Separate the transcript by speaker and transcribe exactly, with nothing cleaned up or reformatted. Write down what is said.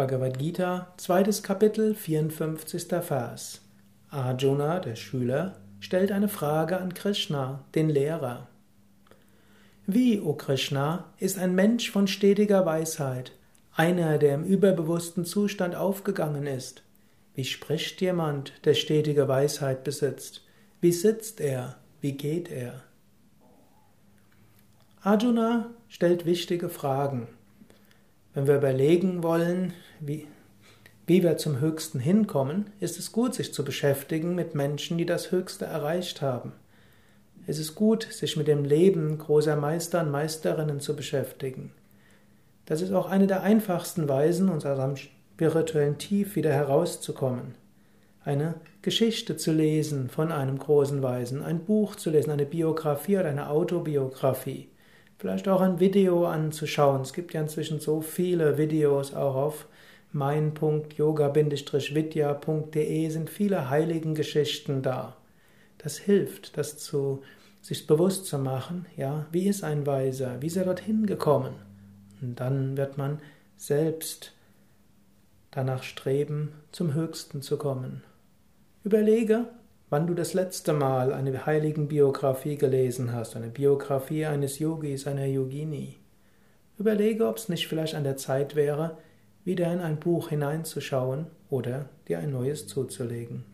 Speaker 1: Bhagavad Gita, zweites Kapitel, vierundfünfzigster Vers. Arjuna, der Schüler, stellt eine Frage an Krishna, den Lehrer. Wie, o Krishna, ist ein Mensch von stetiger Weisheit, einer, der im überbewussten Zustand aufgegangen ist? Wie spricht jemand, der stetige Weisheit besitzt? Wie sitzt er? Wie geht er? Arjuna stellt wichtige Fragen. Wenn wir überlegen wollen, wie, wie wir zum Höchsten hinkommen, ist es gut, sich zu beschäftigen mit Menschen, die das Höchste erreicht haben. Es ist gut, sich mit dem Leben großer Meister und Meisterinnen zu beschäftigen. Das ist auch eine der einfachsten Weisen, aus unserem spirituellen Tief wieder herauszukommen. Eine Geschichte zu lesen von einem großen Weisen, ein Buch zu lesen, eine Biografie oder eine Autobiografie. Vielleicht auch ein Video anzuschauen. Es gibt ja inzwischen so viele Videos, auch auf mein Punkt yoga vidya punkt de sind viele Heiligengeschichten da. Das hilft, das zu, sich bewusst zu machen, ja, wie ist ein Weiser, wie ist er dorthin gekommen? Und dann wird man selbst danach streben, zum Höchsten zu kommen. Überlege, wann du das letzte Mal eine Heiligenbiografie gelesen hast, eine Biografie eines Yogis, einer Yogini. Überlege, ob es nicht vielleicht an der Zeit wäre, wieder in ein Buch hineinzuschauen oder dir ein neues zuzulegen.